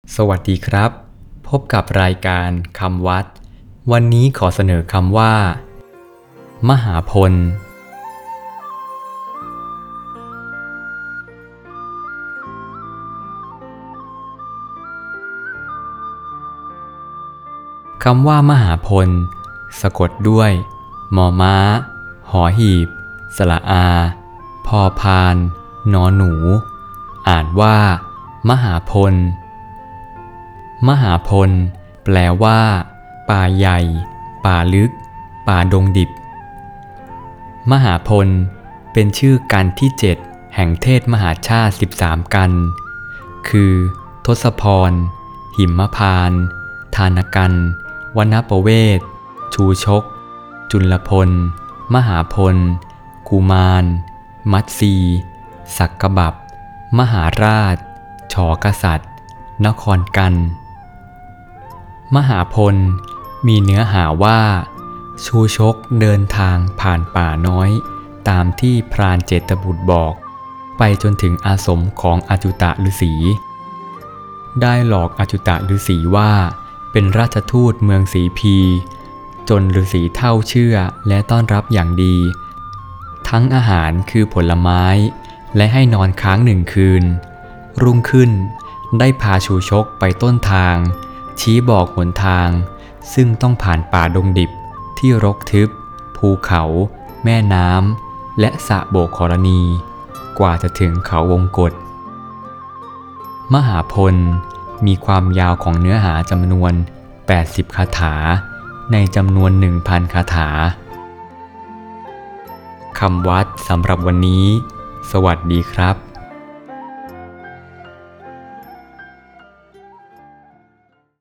สวัสดีครับพบกับรายการคำวัดวันนี้ขอเสนอคำว่ามหาพลคำว่ามหาพลสะกดด้วยมอม้าหอหีบสระอาพอพานนอหนูอ่านว่ามหาพลมหาพลแปลว่าป่าใหญ่ป่าลึกป่าดงดิบมหาพลเป็นชื่อกันที่7แห่งเทศมหาชาติ13กันคือทศพรหิมพานต์ธานกันวนประเวศชูชกจุลพลมหาพลกุมารมัตสีสักกบับมหาราชฉกษัตริย์นครกันมหาพลมีเนื้อหาว่าชูชกเดินทางผ่านป่าน้อยตามที่พรานเจตบุตรบอกไปจนถึงอาสมของอจุตฤาษีได้หลอกอจุตฤาษีว่าเป็นราชทูตเมืองสีพีจนฤาษีเฒ่าเชื่อและต้อนรับอย่างดีทั้งอาหารคือผลไม้และให้นอนค้าง1 คืนรุ่งขึ้นได้พาชูชกไปต้นทางชี้บอกหนทางซึ่งต้องผ่านป่าดงดิบที่รกทึบภูเขาแม่น้ำและสระโบกธรณีกว่าจะถึงเขาวงกตมหาพลมีความยาวของเนื้อหาจำนวน80คาถาในจำนวน 1,000 คาถาคำวัดสำหรับวันนี้สวัสดีครับ